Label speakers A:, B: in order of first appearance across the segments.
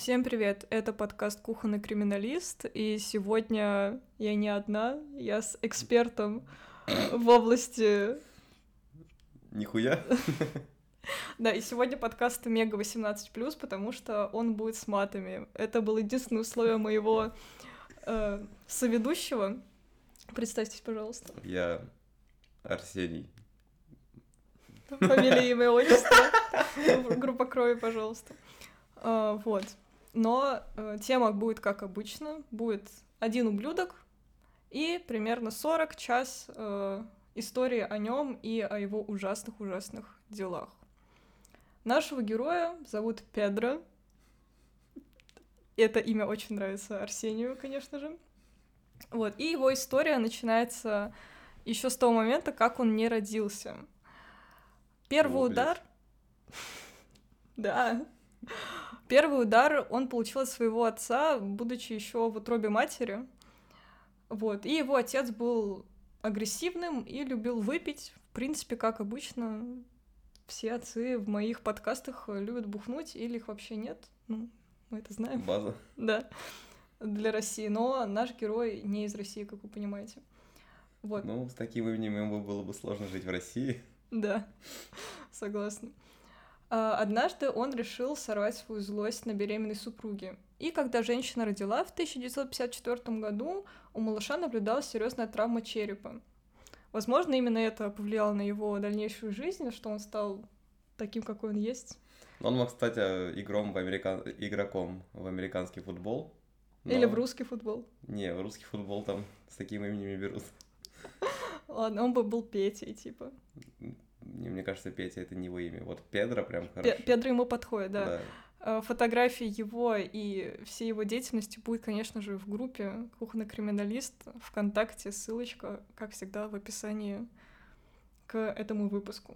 A: Всем привет, это подкаст «Кухонный криминалист», и сегодня я не одна, я с экспертом в области...
B: Нихуя.
A: Да, и сегодня подкаст Мега 18+, потому что он будет с матами. Это было единственное условие моего соведущего. Представьтесь, пожалуйста.
B: Я Арсений.
A: Фамилия, имя, отчество. Группа крови, пожалуйста. Вот. Но тема будет как обычно. Будет один ублюдок и примерно 40 час истории о нем и о его ужасных-ужасных делах. Нашего героя зовут Педро. Это имя очень нравится Арсению, конечно же. Вот. И его история начинается еще с того момента, как он не родился. Первый удар... Да. Первый удар он получил от своего отца, будучи еще в утробе матери. Вот. И его отец был агрессивным и любил выпить. В принципе, как обычно, все отцы в моих подкастах любят бухнуть, или их вообще нет. Ну, мы это знаем.
B: База.
A: Да, для России. Но наш герой не из России, как вы понимаете. Вот.
B: Ну, с таким именем ему было бы сложно жить в России.
A: Да, согласна. Однажды он решил сорвать свою злость на беременной супруге. И когда женщина родила в 1954 году, у малыша наблюдалась серьезная травма черепа. Возможно, именно это повлияло на его дальнейшую жизнь, что он стал таким, какой он есть.
B: Он мог стать игроком в американский футбол.
A: Или в русский футбол.
B: Не, в русский футбол там с такими именами берут.
A: Ладно, он бы был Петей, типа.
B: Мне кажется, Петя — это не его имя. Вот Педро прям хорошо.
A: Педро ему подходит, да. Фотографии его и всей его деятельности будет, конечно же, в группе «Кухонный криминалист» ВКонтакте. Ссылочка, как всегда, в описании к этому выпуску.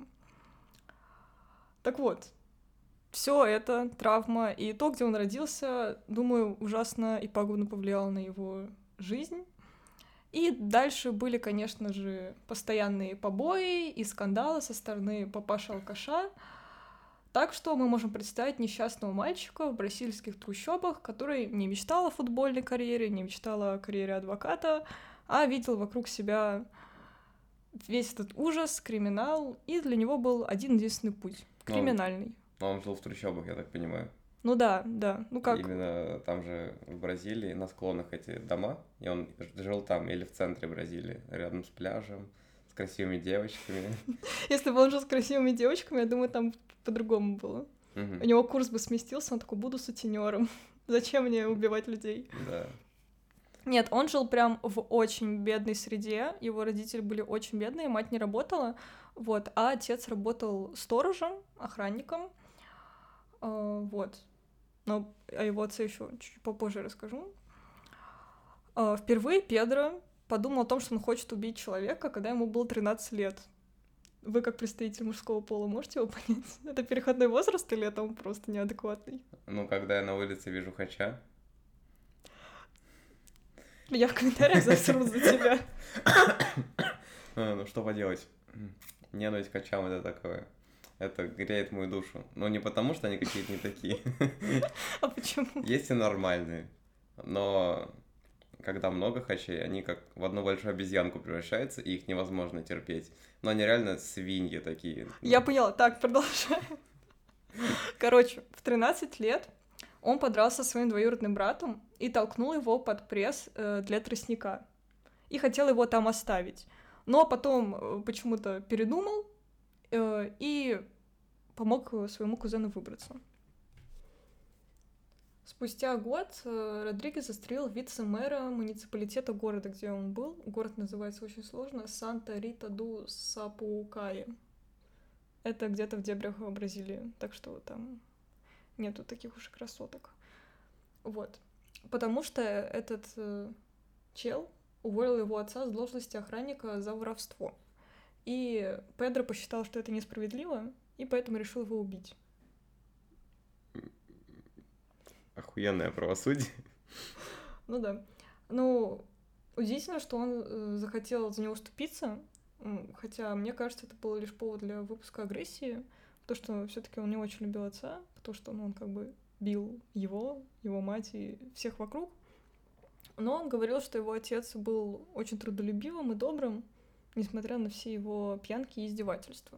A: Так вот, все это травма и то, где он родился, думаю, ужасно и пагубно повлияло на его жизнь. И дальше были, конечно же, постоянные побои и скандалы со стороны папаши-алкаша. Так что мы можем представить несчастного мальчика в бразильских трущобах, который не мечтал о футбольной карьере, не мечтал о карьере адвоката, а видел вокруг себя весь этот ужас, криминал, и для него был один-единственный путь — криминальный.
B: Но он жил в трущобах, я так понимаю.
A: Ну да. Ну как?
B: Именно там же в Бразилии на склонах эти дома, и он жил там или в центре Бразилии, рядом с пляжем, с красивыми девочками.
A: Если бы он жил с красивыми девочками, я думаю, там по-другому было. У него курс бы сместился, он такой: буду сутенером. Зачем мне убивать людей?
B: Да.
A: Нет, он жил прям в очень бедной среде, его родители были очень бедные, мать не работала, вот, а отец работал сторожем, охранником, вот. Но о его отце еще чуть попозже расскажу. Впервые Педро подумал о том, что он хочет убить человека, когда ему было 13 лет. Вы, как представитель мужского пола, можете его понять? Это переходной возраст или это он просто неадекватный?
B: Ну, когда я на улице вижу хача...
A: Я в комментариях засру за тебя.
B: Ну, что поделать? Ненависть к хачам — это такое... Это греет мою душу. Но не потому, что они какие-то не такие.
A: А почему?
B: Есть и нормальные. Но когда много хачей, они как в одну большую обезьянку превращаются, и их невозможно терпеть. Но они реально свиньи такие.
A: Я поняла. Так, продолжаем. Короче, в 13 лет он подрался со своим двоюродным братом и толкнул его под пресс для тростника. И хотел его там оставить. Но потом почему-то передумал и помог своему кузену выбраться. Спустя год Родригес застрелил вице-мэра муниципалитета города, где он был. Город называется очень сложно — Санта-Рита-ду-Сапукаи. Это где-то в дебрях Бразилии, так что там нету таких уж и красоток. Вот. Потому что этот чел уволил его отца с должности охранника за воровство. И Педро посчитал, что это несправедливо, и поэтому решил его убить.
B: Охуенное правосудие.
A: Ну да. Ну, удивительно, что он захотел за него вступиться, хотя, мне кажется, это был лишь повод для выпуска агрессии, потому что все-таки он не очень любил отца, потому что он как бы бил его мать и всех вокруг. Но он говорил, что его отец был очень трудолюбивым и добрым, несмотря на все его пьянки и издевательства.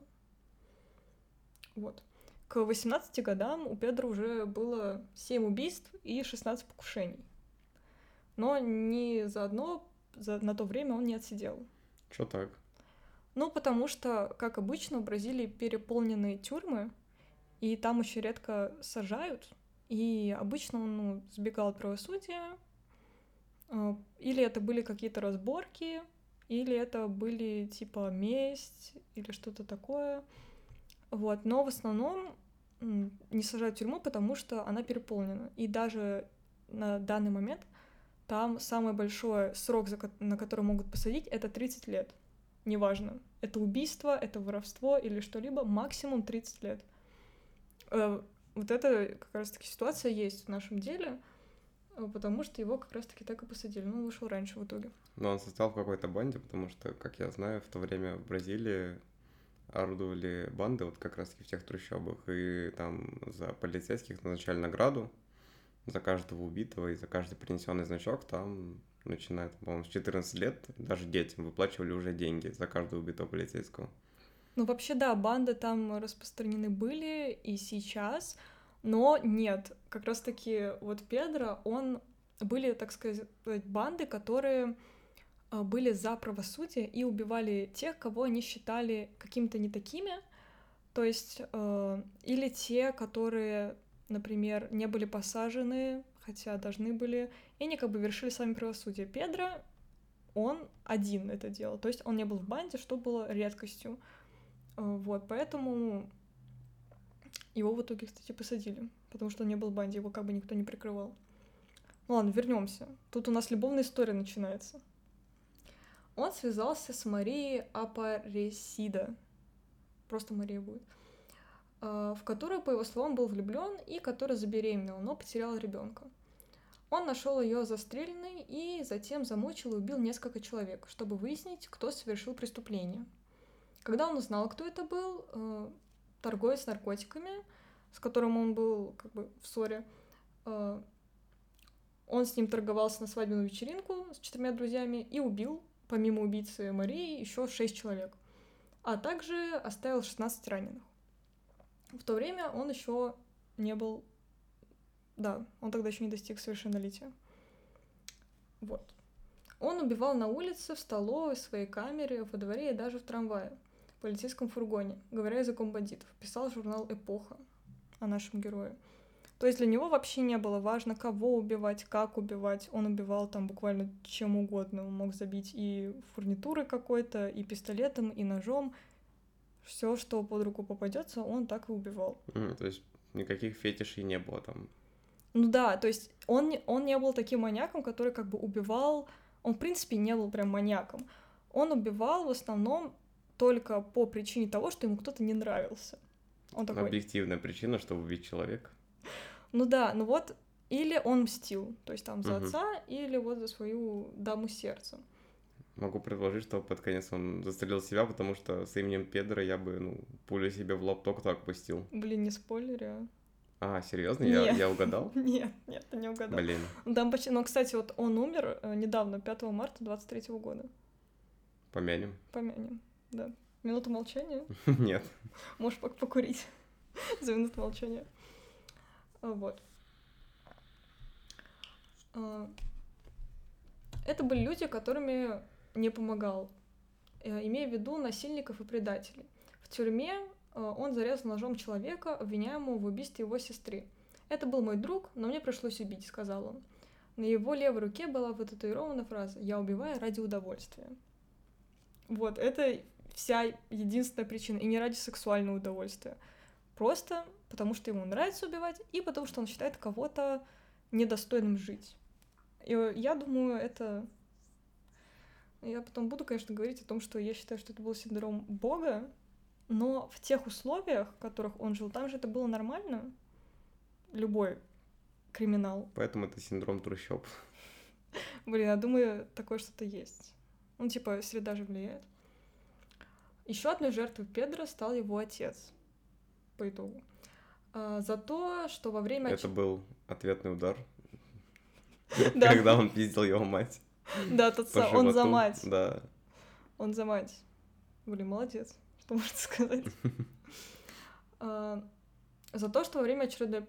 A: Вот. К 18 годам у Педро уже было 7 убийств и 16 покушений. Но ни за одно на то время он не отсидел.
B: Чё так?
A: Ну, потому что, как обычно, в Бразилии переполненные тюрьмы, и там очень редко сажают, и обычно он сбегал от правосудия, или это были какие-то разборки, или это были типа месть, или что-то такое. Вот. Но в основном не сажают в тюрьму, потому что она переполнена. И даже на данный момент там самый большой срок, на который могут посадить, это 30 лет. Неважно, это убийство, это воровство или что-либо, максимум 30 лет. Вот эта как раз-таки ситуация есть в нашем деле, потому что его как раз-таки так и посадили. Ну, он вышел раньше в итоге.
B: Но он состоял в какой-то банде, потому что, как я знаю, в то время в Бразилии орудовали банды вот как раз-таки в тех трущобах, и там за полицейских назначали награду за каждого убитого и за каждый принесенный значок, там, начиная, по-моему, с 14 лет, даже детям выплачивали уже деньги за каждого убитого полицейского.
A: Ну, вообще, да, банды там распространены были и сейчас, но нет, как раз-таки вот Педро, были, так сказать, банды, которые были за правосудие и убивали тех, кого они считали какими-то не такими, то есть или те, которые, например, не были посажены, хотя должны были, и они как бы вершили сами правосудие. Педро, он один это делал, то есть он не был в банде, что было редкостью. Вот, поэтому его в итоге, кстати, посадили, потому что он не был в банде, его как бы никто не прикрывал. Ну ладно, вернемся. Тут у нас любовная история начинается. Он связался с Марией Апаресида, просто Мария будет, в которую, по его словам, был влюблен и которая забеременела, но потеряла ребенка. Он нашел ее застреленной и затем замучил и убил несколько человек, чтобы выяснить, кто совершил преступление. Когда он узнал, кто это был, торговец наркотиками, с которым он был как бы в ссоре, он с ним торговался на свадебную вечеринку с 4 друзьями и убил, помимо убийцы Марии, еще 6 человек, а также оставил 16 раненых. В то время он еще не был... Да, он тогда еще не достиг совершеннолетия. Вот. Он убивал на улице, в столовой, в своей камере, во дворе и даже в трамвае, в полицейском фургоне, говоря языком бандитов. Писал журнал «Эпоха» о нашем герое. То есть для него вообще не было важно, кого убивать, как убивать. Он убивал там буквально чем угодно. Он мог забить и фурнитурой какой-то, и пистолетом, и ножом. Все, что под руку попадется, он так и убивал.
B: То есть никаких фетишей не было там?
A: Ну да, то есть он не был таким маньяком, который как бы убивал... Он, в принципе, не был прям маньяком. Он убивал в основном только по причине того, что ему кто-то не нравился. Он такой...
B: Объективная причина, чтобы убить человека.
A: Ну да, ну вот, или он мстил, то есть там за отца, или вот за свою даму сердца.
B: Могу предположить, что под конец он застрелил себя, потому что с именем Педро я бы, пулю себе в лоб только так пустил.
A: Блин, не спойлери.
B: А, серьезно? Я угадал?
A: Нет, ты не угадал.
B: Блин.
A: Там почти... Ну, кстати, вот он умер недавно, 5 марта 23 года.
B: Помянем?
A: Помянем, да. Минуту молчания?
B: Нет.
A: Можешь покурить за минуту молчания. Вот. Это были люди, которыми не помогал, имея в виду насильников и предателей. В тюрьме он зарезал ножом человека, обвиняемого в убийстве его сестры. «Это был мой друг, но мне пришлось убить», — сказал он. На его левой руке была вытатуирована фраза «Я убиваю ради удовольствия». Вот, это вся единственная причина, и не ради сексуального удовольствия. Просто потому что ему нравится убивать, и потому что он считает кого-то недостойным жить. И я думаю, это... Я потом буду, конечно, говорить о том, что я считаю, что это был синдром Бога, но в тех условиях, в которых он жил, там же это было нормально. Любой криминал.
B: Поэтому это синдром трущоб.
A: Блин, я думаю, такое что-то есть. Ну, типа, среда же влияет. Еще одной жертвой Педро стал его отец. По итогу. За то, что во время...
B: Это был ответный удар,
A: Да.
B: когда он пиздил его мать
A: Да,
B: по
A: он за
B: животу.
A: мать.
B: Да.
A: Он за мать. Блин, молодец. Что можно сказать? За то, что во время очередной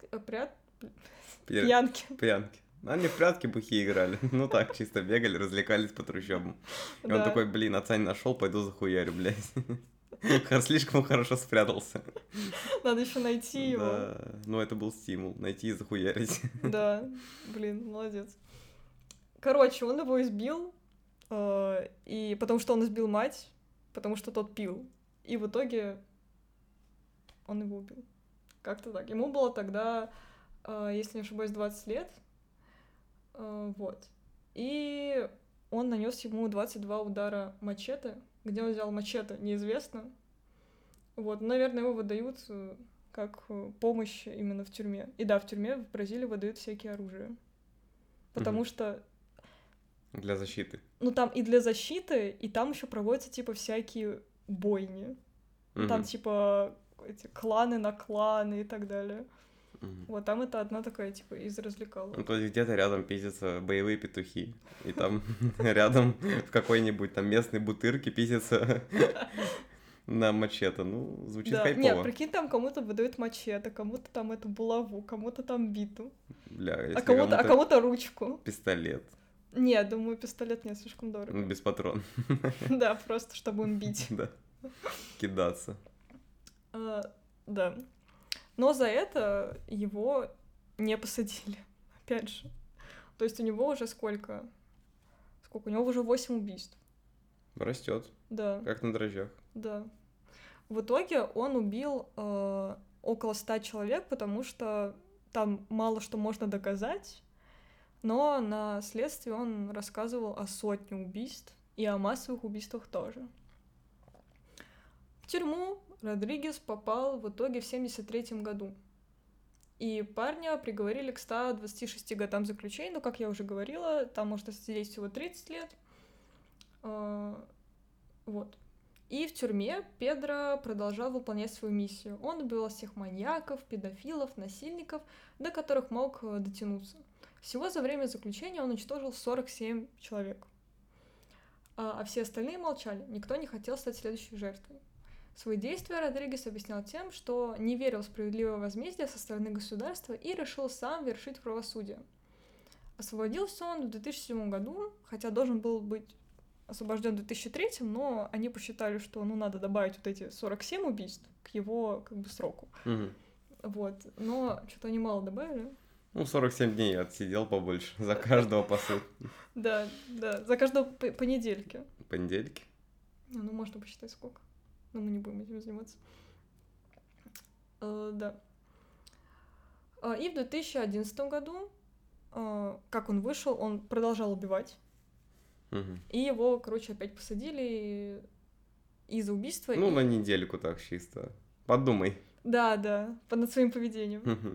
A: пьянки.
B: Пьянки. Они в прятки бухие играли. Ну так, чисто бегали, развлекались по трущобам. И он такой, блин, отца не нашел, пойду захуярю, блядь. Слишком хорошо спрятался.
A: Надо еще найти его.
B: Да, ну это был стимул, найти и захуярить.
A: Да, блин, молодец. Короче, он его избил, и потому что он избил мать, потому что тот пил. И в итоге он его убил. Как-то так. Ему было тогда, если не ошибаюсь, 20 лет. Вот. И он нанес ему 22 удара мачете. Где он взял мачете, неизвестно. Вот, наверное, его выдают как помощь именно в тюрьме. И да, в тюрьме в Бразилии выдают всякие оружия. Потому что...
B: Для защиты.
A: Ну, там и для защиты, и там еще проводятся, типа, всякие бойни. Там, типа, эти кланы на кланы и так далее. Вот там это одна такая, типа, из развлекалок.
B: Ну, то есть где-то рядом пиздятся боевые петухи. И там рядом в какой-нибудь там местной бутырке пиздятся на мачете. Ну, звучит хайпово.
A: Нет, прикинь, там кому-то выдают мачете, кому-то там эту булаву, кому-то там биту.
B: Бля,
A: а кому-то ручку.
B: Пистолет.
A: Нет, думаю, пистолет нет, слишком дорого.
B: Ну, без патрон.
A: Да, просто чтобы им бить.
B: Да. Кидаться.
A: Да. Но за это его не посадили. Опять же. То есть у него уже сколько? У него уже 8 убийств.
B: Растет.
A: Да.
B: Как на дрожжах.
A: Да. В итоге он убил около 100 человек, потому что там мало что можно доказать, но на следствии он рассказывал о 100 убийств и о массовых убийствах тоже. В тюрьму Родригес попал в итоге в 1973 году. И парня приговорили к 126 годам заключения, но, как я уже говорила, там можно сидеть всего 30 лет. Вот. И в тюрьме Педро продолжал выполнять свою миссию. Он убивал всех маньяков, педофилов, насильников, до которых мог дотянуться. Всего за время заключения он уничтожил 47 человек. А все остальные молчали. Никто не хотел стать следующей жертвой. Свои действия Родригес объяснял тем, что не верил в справедливое возмездие со стороны государства и решил сам вершить правосудие. Освободился он в 2007 году, хотя должен был быть освобожден в 2003, но они посчитали, что надо добавить вот эти 47 убийств к его сроку. Вот. Но что-то они мало добавили.
B: 47 дней отсидел побольше. За каждого посыл.
A: Да, за каждого понедельки.
B: Понедельки?
A: Ну, можно посчитать сколько. Но мы не будем этим заниматься. Да. И в 2011 году, как он вышел, он продолжал убивать. И его, опять посадили из-за убийства.
B: На недельку так чисто. Подумай.
A: Да, над своим поведением.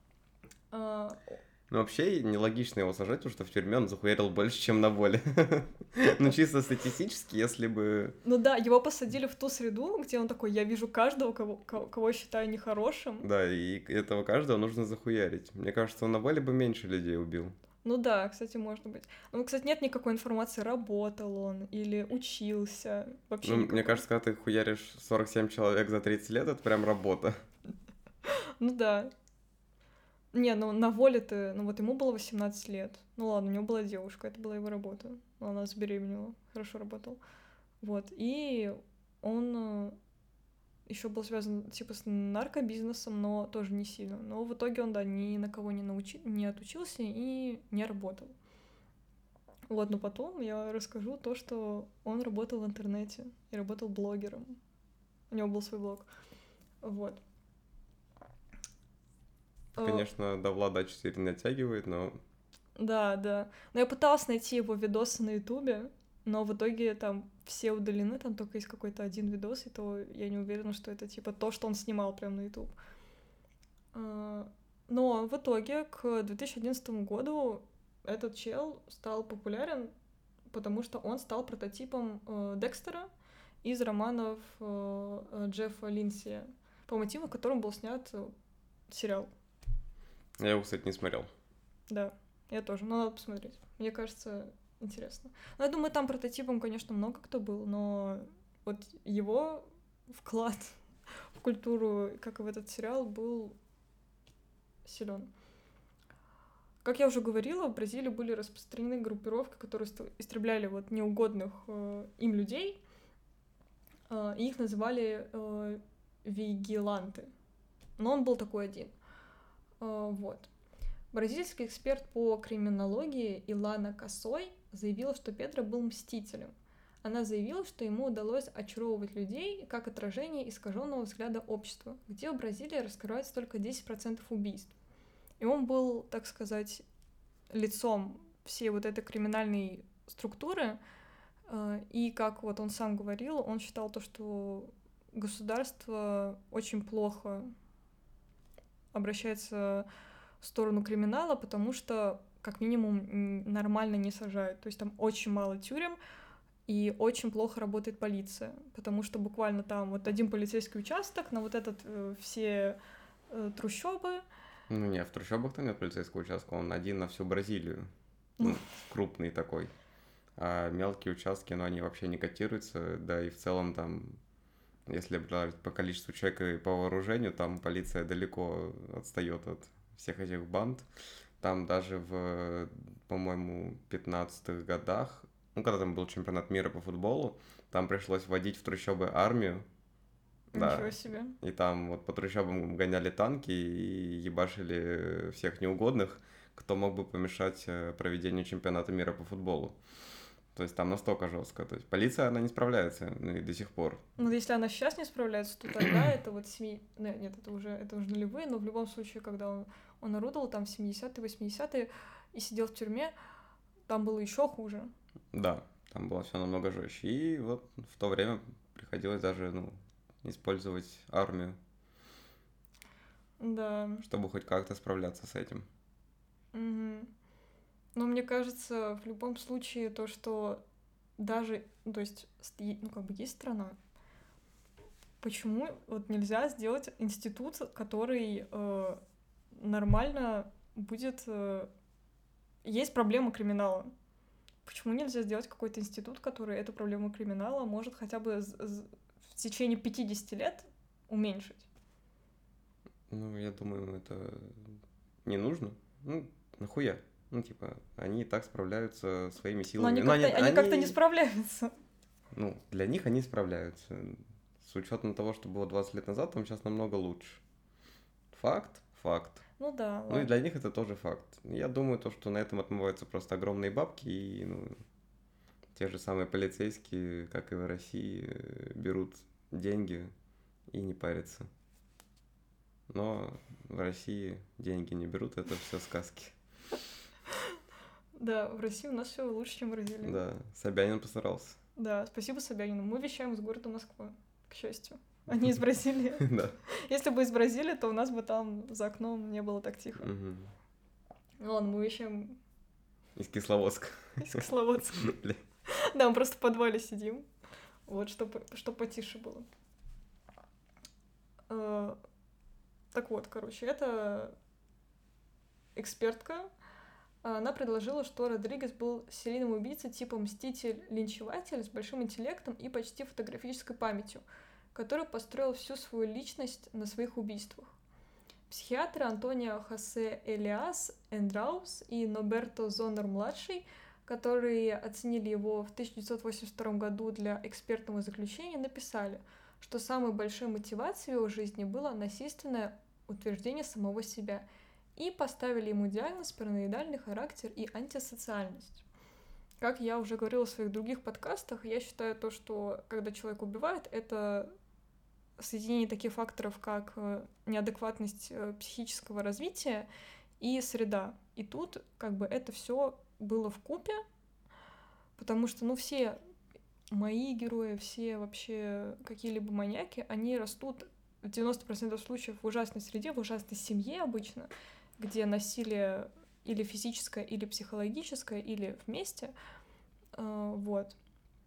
B: Вообще нелогично его сажать, потому что в тюрьме он захуярил больше, чем на воле. Чисто статистически, если бы...
A: Его посадили в ту среду, где он такой, я вижу каждого, кого я считаю нехорошим.
B: Да, и этого каждого нужно захуярить. Мне кажется, он на воле бы меньше людей убил.
A: Да, кстати, может быть. Но, кстати, нет никакой информации, работал он или учился. Вообще
B: мне кажется, когда ты хуяришь 47 человек за 30 лет, это прям работа.
A: Да. Не, на воле-то, ему было 18 лет. Ладно, у него была девушка, это была его работа. Она забеременела, хорошо работал. Вот, и он еще был связан, с наркобизнесом, но тоже не сильно. Но в итоге он, ни на кого не отучился и не работал. Вот, но потом я расскажу то, что он работал в интернете и работал блогером. У него был свой блог. Вот.
B: Конечно, до Влада 4 натягивает, но...
A: Да. Но я пыталась найти его видосы на Ютубе, но в итоге там все удалены, там только есть какой-то один видос, и то я не уверена, что это то, что он снимал прямо на Ютуб. Но в итоге к 2011 году этот чел стал популярен, потому что он стал прототипом Декстера из романов Джеффа Линдсея, по мотиву которым был снят сериал.
B: Я его, кстати, не смотрел.
A: Да, я тоже, но надо посмотреть. Мне кажется, интересно. Ну, я думаю, там прототипом, конечно, много кто был, но вот его вклад в культуру, как и в этот сериал, был силен. Как я уже говорила, в Бразилии были распространены группировки, которые истребляли вот неугодных им людей, и их называли вигиланты. Но он был такой один. Вот. Бразильский эксперт по криминологии Илана Косой заявила, что Педро был мстителем. Она заявила, что ему удалось очаровывать людей как отражение искаженного взгляда общества, где в Бразилии раскрывается только 10% убийств. И он был, так сказать, лицом всей вот этой криминальной структуры, и, как вот он сам говорил, он считал то, что государство очень плохо обращается в сторону криминала, потому что, как минимум, нормально не сажают. То есть там очень мало тюрем, и очень плохо работает полиция, потому что буквально там вот один полицейский участок на вот этот все трущобы.
B: Ну не, в трущобах-то нет полицейского участка, он один на всю Бразилию. Ну, крупный такой. А мелкие участки, ну, они вообще не котируются, да и в целом там, если брать по количеству человек и по вооружению, там полиция далеко отстает от всех этих банд. Там даже в, по-моему, 15-х годах, ну, когда там был чемпионат мира по футболу, там пришлось вводить в трущобы армию.
A: Ничего себе.
B: И там вот по трущобам гоняли танки и ебашили всех неугодных, кто мог бы помешать проведению чемпионата мира по футболу. То есть там настолько жестко. То есть полиция, она не справляется, ну и до сих пор.
A: Ну, если она сейчас не справляется, то тогда это вот Нет, это уже нулевые, но в любом случае, когда он орудовал там в 70-е, 80-е и сидел в тюрьме, там было еще хуже.
B: Да, там было все намного жестче. И вот в то время приходилось даже, использовать армию.
A: Да.
B: Чтобы хоть как-то справляться с этим.
A: Угу. Но мне кажется, в любом случае, то, что даже, то есть, есть страна, почему вот нельзя сделать институт, который нормально будет... Есть проблема криминала. Почему нельзя сделать какой-то институт, который эту проблему криминала может хотя бы в течение 50 лет уменьшить?
B: Ну, я думаю, это не нужно. Ну, нахуя? Ну, типа, они и так справляются своими силами.
A: Но они как-то не справляются.
B: Ну, для них они справляются. С учетом того, что было 20 лет назад, там сейчас намного лучше. Факт.
A: Ну да.
B: Ну и для них это тоже факт. Я думаю, то, что на этом отмываются просто огромные бабки, и те же самые полицейские, как и в России, берут деньги и не парятся. Но в России деньги не берут, это все сказки.
A: Да, в России у нас все лучше, чем в Бразилии.
B: Да, Собянин постарался.
A: Да, спасибо Собянину. Мы вещаем из города Москвы, к счастью. А не из Бразилии.
B: Да.
A: Если бы из Бразилии, то у нас бы там за окном не было так тихо. Ладно, мы вещаем...
B: Из Кисловодска.
A: Из Кисловодска. Да, мы просто в подвале сидим. Вот, чтобы потише было. Так вот, короче, это экспертка. Она предложила, что Родригес был серийным убийцей типа мститель-линчеватель с большим интеллектом и почти фотографической памятью, который построил всю свою личность на своих убийствах. Психиатры Антонио Хосе Элиас Эндраус и Ноберто Зонер-младший, которые оценили его в 1982 году для экспертного заключения, написали, что самой большой мотивацией в его жизни было насильственное утверждение самого себя, и поставили ему диагноз параноидальный характер и антисоциальность. Как я уже говорила в своих других подкастах, я считаю то, что когда человек убивает, это соединение таких факторов, как неадекватность психического развития и среда. И тут как бы это все было вкупе, потому что, все мои герои, все вообще какие-либо маньяки, они растут в 90% случаев в ужасной среде, в ужасной семье обычно, где насилие или физическое, или психологическое, или вместе. Вот.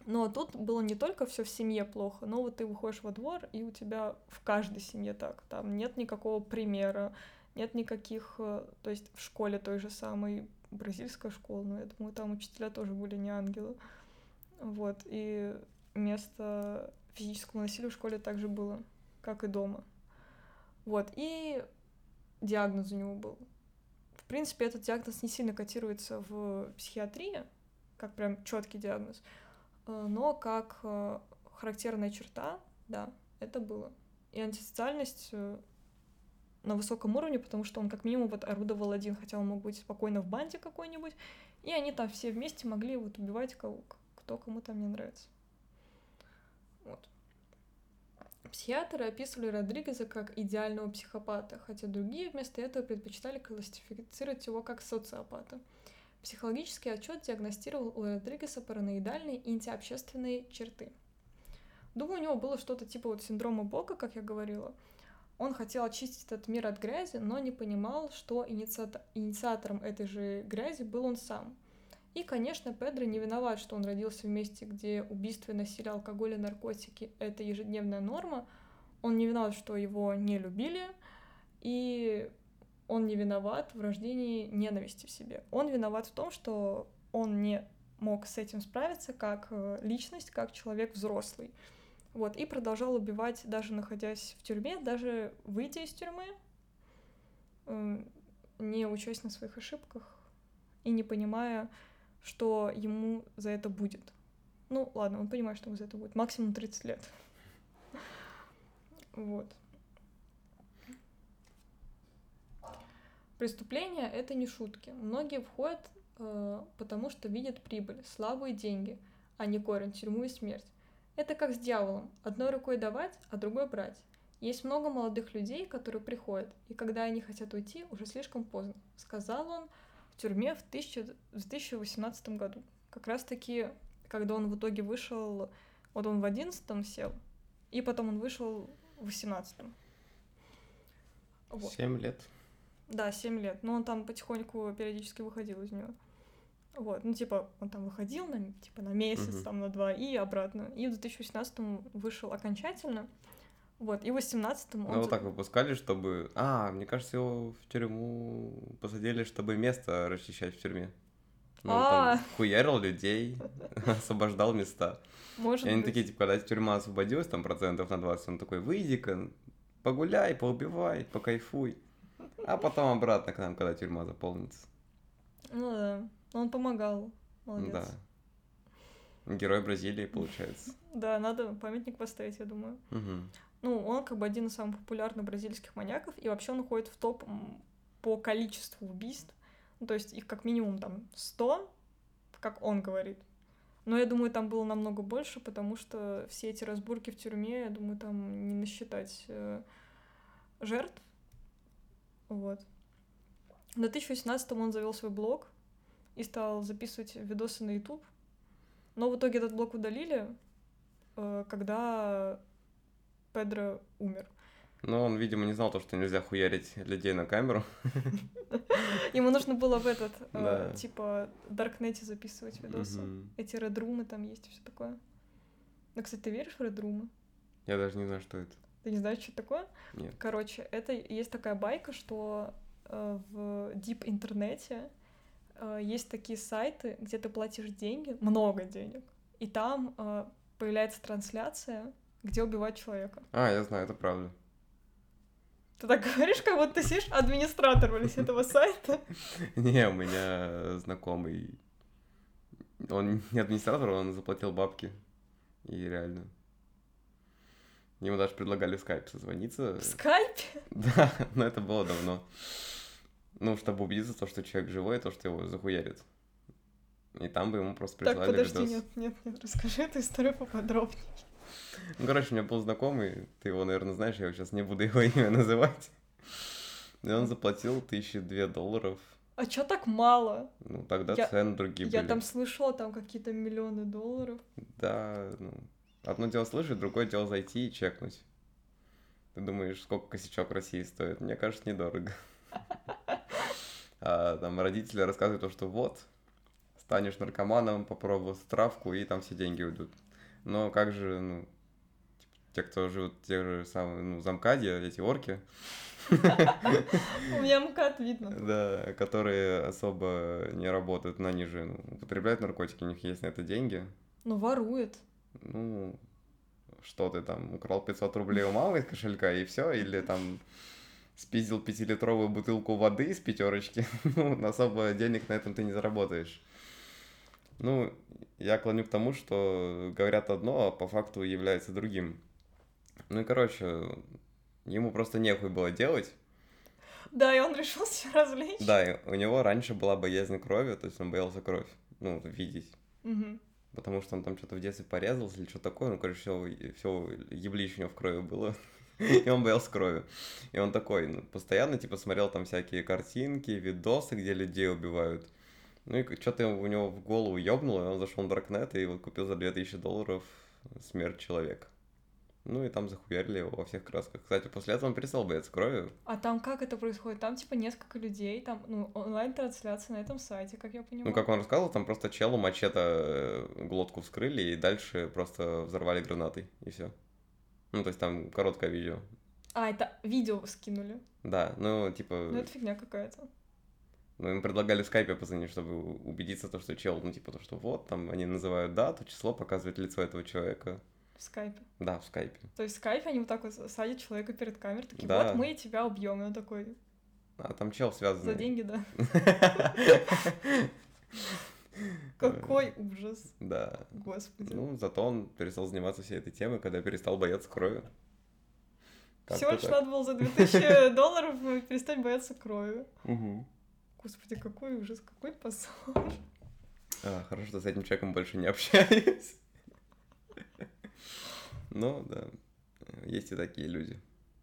A: Но тут было не только все в семье плохо, но вот ты выходишь во двор, и у тебя в каждой семье так. Там нет никакого примера, нет никаких... То есть в школе той же самой, бразильская школа, но я думаю, там учителя тоже были не ангелы. Вот, и место физическому насилию в школе также было, как и дома. Вот, и диагноз у него был. В принципе, этот диагноз не сильно котируется в психиатрии, как прям четкий диагноз, но как характерная черта, да, это было. И антисоциальность на высоком уровне, потому что он как минимум вот орудовал один, хотя он мог быть спокойно в банде какой-нибудь, и они там все вместе могли вот убивать кто кому там не нравится. Вот. Психиатры описывали Родригеза как идеального психопата, хотя другие вместо этого предпочитали классифицировать его как социопата. Психологический отчет диагностировал у Родригеса параноидальные и антиобщественные черты. Думаю, у него было что-то типа вот синдрома Бога, как я говорила. Он хотел очистить этот мир от грязи, но не понимал, что инициатором этой же грязи был он сам. И, конечно, Педро не виноват, что он родился в месте, где убийство, насилие, алкоголь и наркотики — это ежедневная норма. Он не виноват, что его не любили, и он не виноват в рождении ненависти в себе. Он виноват в том, что он не мог с этим справиться как личность, как человек взрослый. Вот, и продолжал убивать, даже находясь в тюрьме, даже выйдя из тюрьмы, не учась на своих ошибках и не понимая, что ему за это будет. Ну, ладно, он понимает, что ему за это будет. Максимум 30 лет. Вот. Преступление — это не шутки. Многие входят, потому что видят прибыль, славу и деньги, а не корень, тюрьму и смерть. Это как с дьяволом. Одной рукой давать, а другой брать. Есть много молодых людей, которые приходят, и когда они хотят уйти, уже слишком поздно, сказал он в тюрьме в 2018 году. Как раз-таки, когда он в итоге вышел, вот он в 11-м сел, и потом он вышел в 18-м.
B: Вот. 7 лет.
A: Да, 7 лет. Но он там потихоньку периодически выходил из него. Вот, ну, типа, он там выходил на месяц, там, на 2, и обратно. И в 2018-м вышел окончательно. Вот, и в 18-м он...
B: Ну, вот так выпускали, чтобы... мне кажется, его в тюрьму посадили, чтобы место расчищать в тюрьме. Ну, там хуярил людей, освобождал места.
A: Может быть.
B: И они такие, типа, когда тюрьма освободилась, там, процентов на 20, он такой, выйди-ка, погуляй, поубивай, покайфуй. А потом обратно к нам, когда тюрьма заполнится.
A: Ну да, он помогал, молодец.
B: Да. Герой Бразилии, получается.
A: Да, надо памятник поставить, я думаю. Ну, он как бы один из самых популярных бразильских маньяков, и вообще он уходит в топ по количеству убийств. Ну, то есть их как минимум там 100, как он говорит. Но я думаю, там было намного больше, потому что все эти разборки в тюрьме, я думаю, там не насчитать жертв. Вот. В 2018-м он завел свой блог и стал записывать видосы на YouTube. Но в итоге этот блог удалили, когда Педро умер.
B: Ну, он, видимо, не знал то, что нельзя хуярить людей на камеру.
A: Ему нужно было в этот, типа, Даркнете записывать видосы. Эти редрумы там есть и все такое. Ну, кстати, ты веришь в редрумы?
B: Я даже не знаю, что это.
A: Ты не знаешь, что это такое?
B: Нет.
A: Короче, это есть такая байка, что в дип-интернете есть такие сайты, где ты платишь деньги, много денег, и там появляется трансляция, где убивать человека.
B: Я знаю, это правда.
A: Ты так говоришь, как будто ты сидишь администратор этого сайта.
B: Не, у меня знакомый. Он не администратор, он заплатил бабки. И реально. Ему даже предлагали в скайп созвониться.
A: В скайпе?
B: Да, но это было давно. Ну, чтобы убедиться, что человек живой, то, что его захуярит. И там бы ему просто прислали видос.
A: Так, подожди, нет, расскажи эту историю поподробнее.
B: Ну, короче, у меня был знакомый, ты его, наверное, знаешь, я сейчас не буду его имя называть. И он заплатил $1002.
A: А чё так мало?
B: Ну, тогда цены другие были.
A: Я там слышала, там какие-то миллионы долларов.
B: Да, ну, одно дело слышать, другое дело зайти и чекнуть. Ты думаешь, сколько косячок в России стоит? Мне кажется, недорого. А там родители рассказывают то, что вот, станешь наркоманом, попробуешь травку, и там все деньги уйдут. Но как же, ну, те, кто живут те же самые, ну, замкади, эти орки,
A: У меня МКАД видно.
B: да, которые особо не работают, но они же ну, употребляют наркотики, у них есть на это деньги.
A: Ну, ворует.
B: Ну, что ты там, украл 500 рублей у мамы из кошелька и все, или там спиздил 5-литровую бутылку воды из пятерочки, ну, особо денег на этом ты не заработаешь. Ну, я клоню к тому, что говорят одно, а по факту является другим. Ну и, короче, ему просто нехуй было делать.
A: Да, и он решил себя развлечь.
B: Да, и у него раньше была боязнь крови, то есть он боялся кровь, ну, видеть.
A: Мгм.
B: Потому что он там что-то в детстве порезался или что такое, ну, короче, все еблище у него в крови было. И он боялся крови. И он такой, ну, постоянно, типа, смотрел там всякие картинки, видосы, где людей убивают. Ну, и что-то у него в голову ёбнуло, и он зашел на Даркнет и вот купил за $2000 «Смерть человека». Ну, и там захуярили его во всех красках. Кстати, после этого он перестал бояться крови.
A: А там как это происходит? Там, типа, несколько людей, там, ну, онлайн-трансляция на этом сайте, как я понимаю.
B: Ну, как он рассказывал, там просто челу мачете глотку вскрыли и дальше просто взорвали гранатой, и все. Ну, то есть там короткое видео.
A: А, это видео скинули.
B: Да, ну, типа...
A: Ну, это фигня какая-то.
B: Ну, им предлагали в скайпе позвонить, чтобы убедиться, то, что чел, ну, типа, то, что вот, там, они называют дату, число, показывают лицо этого человека.
A: В скайпе.
B: Да, в скайпе.
A: То есть в скайпе они вот так вот садят человека перед камерой, такие,
B: Да.
A: вот мы тебя убьем. И он такой,
B: А там чел связанный.
A: за деньги, да. Какой ужас.
B: Да.
A: Господи.
B: Ну, зато он перестал заниматься всей этой темой, когда перестал бояться крови.
A: Всего лишь надо было за $2000 перестать бояться крови.
B: Угу.
A: Господи, какой ужас, какой позор.
B: Хорошо, что с этим человеком больше не общаюсь. Ну, да, есть и такие люди.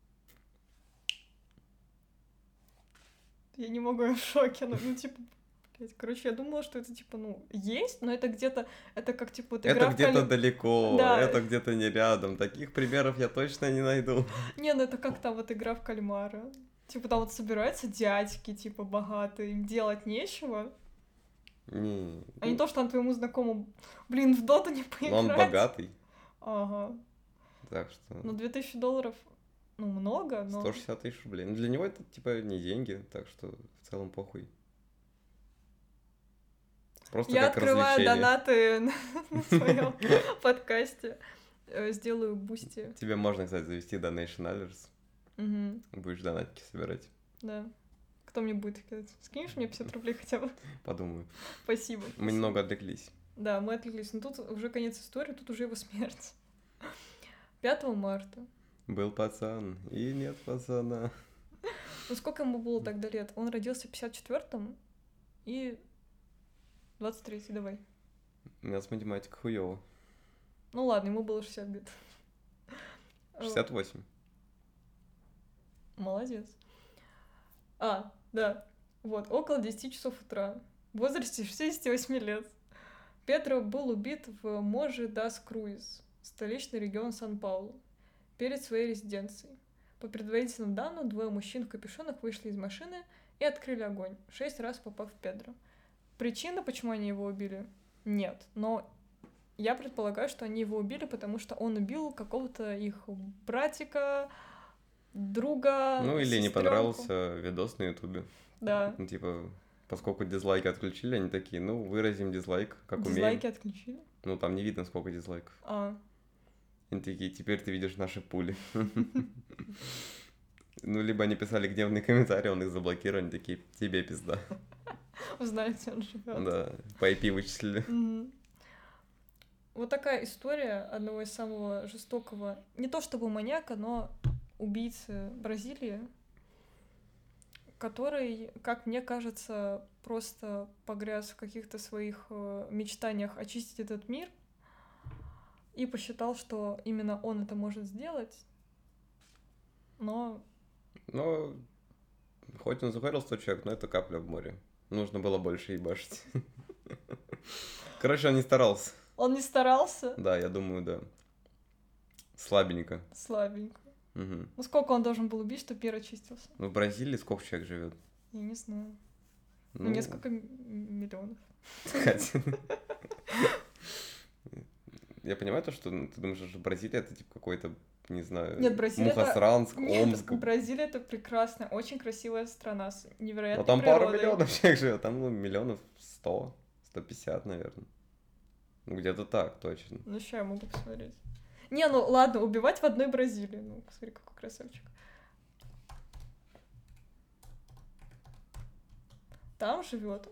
A: Я не могу, я в шоке. Ну, типа, блядь, короче, я думала, что это, типа, ну, есть, но это где-то, это как, типа, вот игра
B: Это где-то далеко,
A: да.
B: это где-то не рядом. Таких примеров я точно не найду.
A: Не, ну это как там вот игра в кальмара. Типа, там вот собираются дядьки, типа, богатые, им делать нечего.
B: Не.
A: А не то, что там твоему знакомому, блин, в доту не поиграть.
B: Но он богатый.
A: Ага.
B: Так что...
A: Ну, $2000, ну, много, но...
B: 160 000 рублей. Ну, для него это, типа, не деньги, так что в целом похуй. Просто
A: Я
B: как
A: открываю
B: развлечение.
A: донаты на своем подкасте. Сделаю бусти.
B: Тебе можно, кстати, завести Donation Alerts.
A: Угу.
B: Будешь донатики собирать.
A: Да. Кто мне будет кидать? Скинешь мне 50 рублей хотя бы?
B: Подумаю.
A: Спасибо.
B: Мы немного отвлеклись.
A: Да, мы отвлеклись. Но тут уже конец истории, тут уже его смерть. 5 марта.
B: Был пацан, и нет пацана.
A: Ну, сколько ему было тогда лет? Он родился в 54-м и 23-й, давай.
B: У меня с математикой хуёво.
A: Ну ладно, ему было 60 лет.
B: 68.
A: Молодец. Да. Вот, около 10 часов утра, в возрасте 68 лет, Педро был убит в Можи-дас-Круиз, столичный регион Сан-Паулу, перед своей резиденцией. По предварительным данным, 2 мужчин в капюшонах вышли из машины и открыли огонь, 6 раз попав в Педро. Причина, почему они его убили, нет, но я предполагаю, что они его убили, потому что он убил какого-то их братика, друга,
B: Ну, или не
A: сестрёнку.
B: понравился видос на ютубе.
A: Да.
B: Ну, типа, поскольку дизлайки отключили, они такие, ну, выразим дизлайк, как умеем.
A: Дизлайки отключили?
B: Ну, там не видно, сколько дизлайков. Они такие, теперь ты видишь наши пули. Ну, либо они писали гневные комментарии, он их заблокировал, они такие, тебе пизда.
A: Узнали, где он живет.
B: Да, по IP вычислили.
A: Вот такая история одного из самого жестокого, не то чтобы маньяка, но убийцы Бразилии, который, как мне кажется, просто погряз в каких-то своих мечтаниях очистить этот мир и посчитал, что именно он это может сделать, но...
B: Ну, хоть он захуярил 100 человек, но это капля в море. Нужно было больше ебашить. Короче, он не старался.
A: Он не старался?
B: Да, я думаю, да. Слабенько.
A: Слабенько.
B: Угу.
A: Ну сколько он должен был убить, чтобы мир очистился?
B: Ну, в Бразилии сколько человек живет?
A: Я не знаю.
B: Ну,
A: Несколько миллионов.
B: Катя. Я понимаю то, что ты думаешь, что Бразилия это типа какой-то, не знаю,
A: Нет, Бразилия
B: Мухосранск,
A: Нет,
B: Омск.
A: Бразилия это прекрасная, очень красивая страна с
B: Но
A: невероятной
B: там пару
A: природой.
B: миллионов человек живет, там миллионов 100, 150, наверное. Ну, где-то так, точно.
A: Ну, сейчас я могу посмотреть. Не, ну ладно, убивать в одной Бразилии. Ну, смотри, какой красавчик. Там живет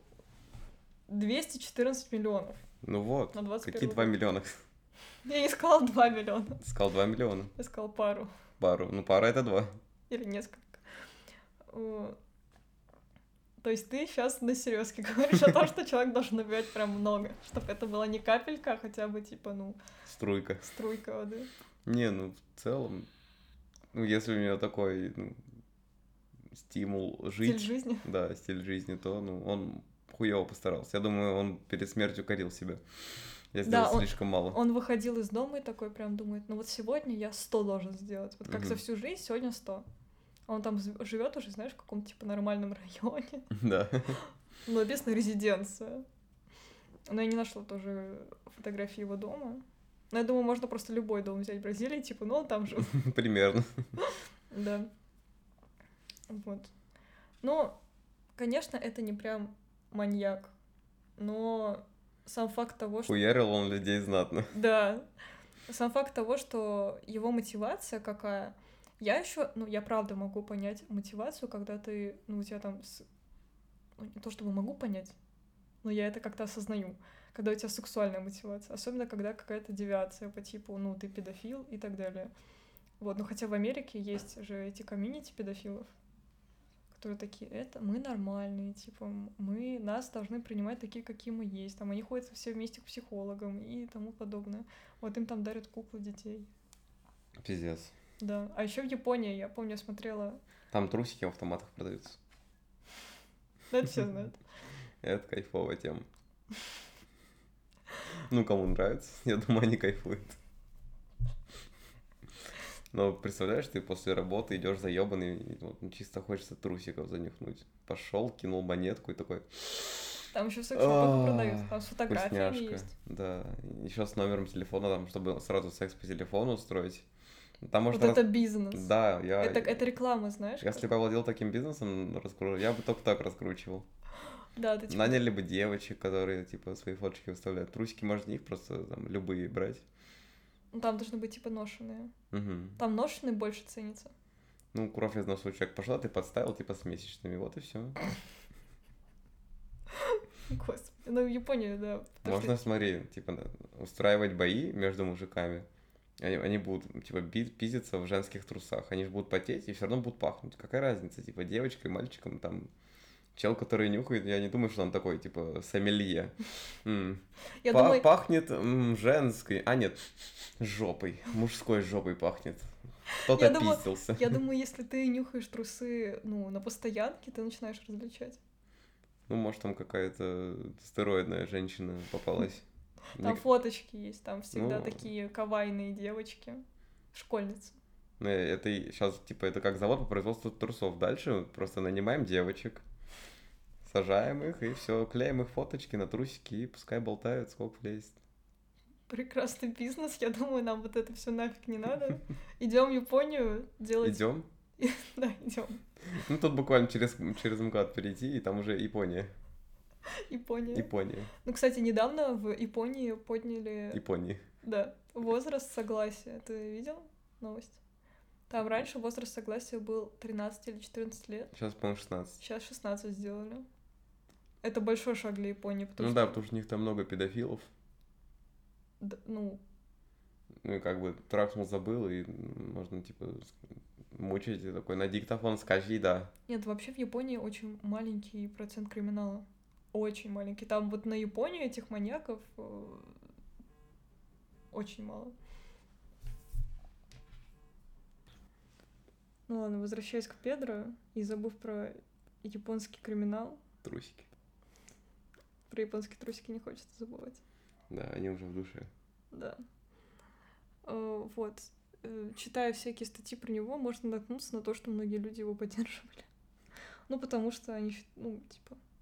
A: 214 миллионов.
B: Ну вот,
A: На 21
B: какие 2
A: год.
B: миллиона?
A: Я не сказала 2 миллиона.
B: Сказал 2 миллиона.
A: Я сказала пару.
B: Пару. Ну, пара это 2.
A: Или несколько. То есть ты сейчас на серьезке говоришь о том, что человек должен убивать прям много, чтобы это была не капелька, а хотя бы типа, ну...
B: Струйка.
A: Струйка воды.
B: Не, ну, в целом, ну, если у него такой, ну, стимул жить.
A: Стиль жизни.
B: Да, стиль жизни, то, ну, он хуёво постарался. Я думаю, он перед смертью корил себя. Я сделал слишком мало.
A: Он выходил из дома и такой прям думает, ну вот сегодня я 100 должен сделать. Вот как за всю жизнь, сегодня 100. А он там живет уже, знаешь, в каком-то типа нормальном районе.
B: Да.
A: Ну, написано резиденция. Но я не нашла тоже фотографии его дома. Но я думаю, можно просто любой дом взять в Бразилии, типа, ну он там жил.
B: Примерно.
A: Да. Вот. Ну, конечно, это не прям маньяк, но сам факт того, что...
B: Хуярил он людей знатно.
A: Да. Сам факт того, что его мотивация какая... Я еще, ну, я правда могу понять мотивацию, когда ты, ну, у тебя там... Ну, не то чтобы могу понять, но я это как-то осознаю. Когда у тебя сексуальная мотивация. Особенно, когда какая-то девиация по типу, ну, ты педофил и так далее. Вот, ну, хотя в Америке есть же эти комьюнити педофилов, которые такие, это мы нормальные, типа, нас должны принимать такие, какие мы есть. Там они ходят все вместе к психологам и тому подобное. Вот им там дарят куклы детей.
B: Пиздец.
A: Да. А еще в Японии, я помню, смотрела...
B: Там трусики в автоматах продаются.
A: Да, это все знают.
B: Это кайфовая тема. Ну, кому нравится, я думаю, они кайфуют. Но представляешь, ты после работы идешь заебанный, вот, чисто хочется трусиков занюхнуть. Пошел, кинул монетку и такой.
A: Там еще в секс-шопах продают, там с фотографиями
B: вкусняшка.
A: есть.
B: Да, еще с номером телефона, там, чтобы сразу секс по телефону устроить. Там
A: Вот это бизнес.
B: Да,
A: Это реклама, знаешь?
B: Если бы я владел таким бизнесом, я бы только так раскручивал.
A: Да, ты типа...
B: Наняли бы девочек, которые, типа, свои фоточки выставляют. Трусики можно их просто там любые брать.
A: Ну, там должны быть, типа, ношеные.
B: Угу.
A: Там ношеные больше ценятся.
B: Ну, кровь из носа у человека пошла, ты подставил, типа, с месячными, вот и все.
A: Господи, ну в Японии, да.
B: Можно, смотри, типа, устраивать бои между мужиками. Они будут, типа, пиздиться в женских трусах. Они же будут потеть и все равно будут пахнуть. Какая разница, типа, девочкой, мальчиком, там, чел, который нюхает, я не думаю, что он такой, типа, сомелье. Пахнет женской, а нет, жопой, мужской жопой пахнет. Кто-то пиздился.
A: Я думаю, если ты нюхаешь трусы, ну, на постоянке, ты начинаешь различать.
B: Ну, может, там какая-то стероидная женщина попалась.
A: Там фоточки есть, там всегда такие кавайные девочки, школьницы.
B: Это сейчас, типа, это как завод по производству трусов. Дальше просто нанимаем девочек, сажаем их и все, клеим их фоточки на трусики и пускай болтают, сколько влезет.
A: Прекрасный бизнес, я думаю, нам вот это все нафиг не надо. Идем в Японию делать...
B: Идем?
A: Да, идем.
B: Ну, тут буквально через МКАД перейти, и там уже Япония.
A: Япония. Ну, кстати, недавно в Японии подняли... Да, возраст согласия. Ты видел новость? Там раньше возраст согласия был 13 или 14 лет.
B: Сейчас, по-моему, 16.
A: Сейчас 16 сделали. Это большой шаг для Японии, потому что...
B: да, потому что у них там много педофилов.
A: Да, ну...
B: Ну, и как бы трахнул, забыл, и можно, типа, мучить, и такой, на диктофон скажи, да.
A: Нет, вообще в Японии очень маленький процент криминала. Очень маленький. Там вот на Японию этих маньяков очень мало. Ну ладно, возвращаясь к Педро и забыв про японский криминал.
B: Трусики.
A: Про японские трусики не хочется забывать.
B: Да, они уже в душе.
A: Да. Вот. Читая всякие статьи про него, можно наткнуться на то, что многие люди его поддерживали. Ну, потому что они, ну, типа,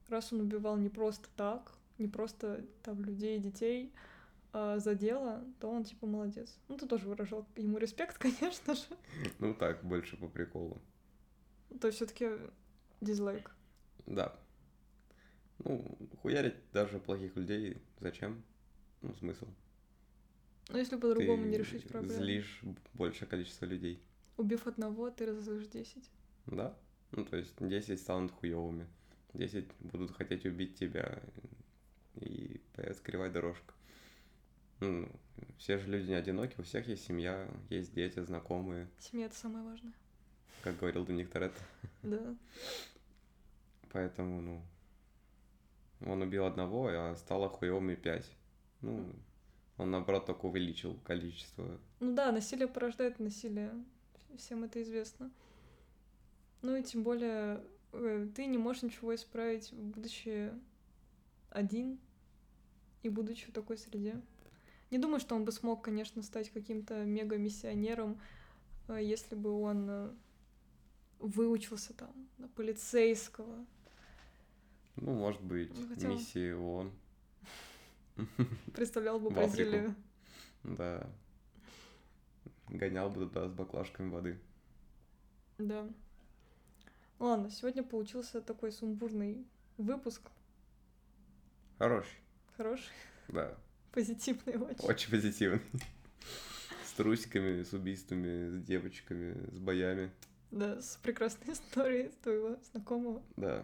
A: раз он убивал не просто так, не просто там людей и детей, за дело, то он типа молодец. Ну, ты тоже выражал ему респект, конечно же.
B: Ну так, больше по приколу.
A: То есть все-таки дизлайк.
B: Да. Ну, хуярить даже плохих людей зачем? Ну, смысл.
A: Ну, если по-другому не решить
B: Ты
A: проблему.
B: злишь большее количество людей.
A: Убив одного, ты разозлишь 10.
B: Да? Ну, то есть 10 станут хуёвыми. 10 будут хотеть убить тебя. И появится кривая дорожка. Ну, все же люди не одиноки, у всех есть семья, есть дети, знакомые.
A: Семья — это самое важное.
B: Как говорил Доминик Торетто.
A: Да.
B: Поэтому, ну, он убил одного, а стало хуёвыми 5. Ну, он, наоборот, только увеличил количество.
A: Ну да, насилие порождает насилие. Всем это известно. Ну и тем более ты не можешь ничего исправить, будучи один и будучи в такой среде. Не думаю, что он бы смог, конечно, стать каким-то мега-миссионером, если бы он выучился там на полицейского.
B: Ну, может быть,
A: Хотя...
B: миссии ООН.
A: Представлял бы Бразилию.
B: Да. Гонял бы туда с баклажками воды.
A: Да. Ладно, сегодня получился такой сумбурный выпуск.
B: Хороший.
A: Хороший?
B: Да.
A: Позитивный очень.
B: Очень позитивный. С трусиками, с убийствами, с девочками, с боями.
A: Да, с прекрасной историей твоего знакомого.
B: Да.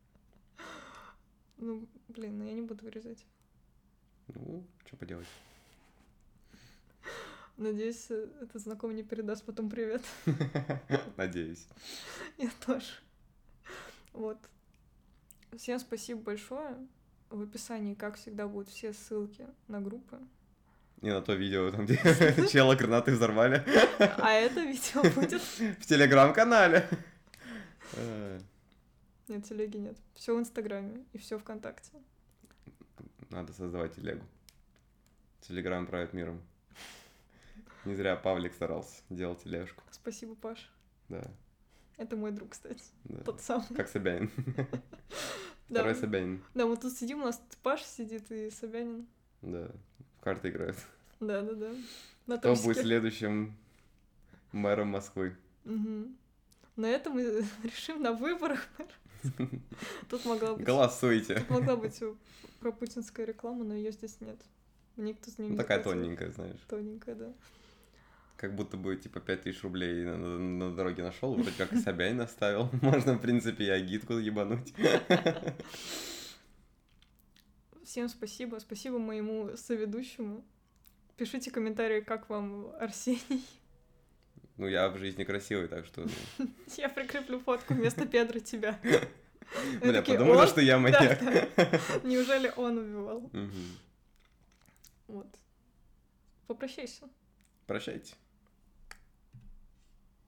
A: Ну, блин, ну я не буду вырезать.
B: Ну, что поделать.
A: Надеюсь, этот знакомый не передаст потом привет.
B: Надеюсь.
A: Я тоже. Вот. Всем спасибо большое. В описании, как всегда, будут все ссылки на группы.
B: И на то видео, там, где чела гранаты взорвали.
A: А это видео будет...
B: В телеграм-канале.
A: Нет, телеги нет. Все в Инстаграме и все ВКонтакте.
B: Надо создавать телегу. Телеграм правит миром. Не зря Павлик старался, делал тележку.
A: Спасибо, Паш.
B: Да.
A: Это мой друг, кстати.
B: Да.
A: Тот самый.
B: Как Собянин. Второй Собянин.
A: Да, мы тут сидим, у нас Паша сидит и Собянин.
B: Да, в карты играют.
A: Да.
B: Кто будет следующим мэром Москвы?
A: Угу. На этом мы решим на выборах. Тут могла быть...
B: Голосуйте.
A: Тут могла быть пропутинская реклама, но ее здесь нет. Никто с ней не
B: такая
A: заплатил.
B: тоненькая, знаешь.
A: Тоненькая, да.
B: Как будто бы, типа, 5000 рублей на дороге нашел, вроде как и Собянин оставил. Можно, в принципе, и агитку ебануть.
A: Всем спасибо. Спасибо моему соведущему. Пишите комментарии, как вам Арсений.
B: Ну, я в жизни красивый, так что...
A: Я прикреплю фотку вместо Педро тебя.
B: Бля, подумала, что я маньяк.
A: Неужели он убивал? Вот. Попрощайся.
B: Прощайте.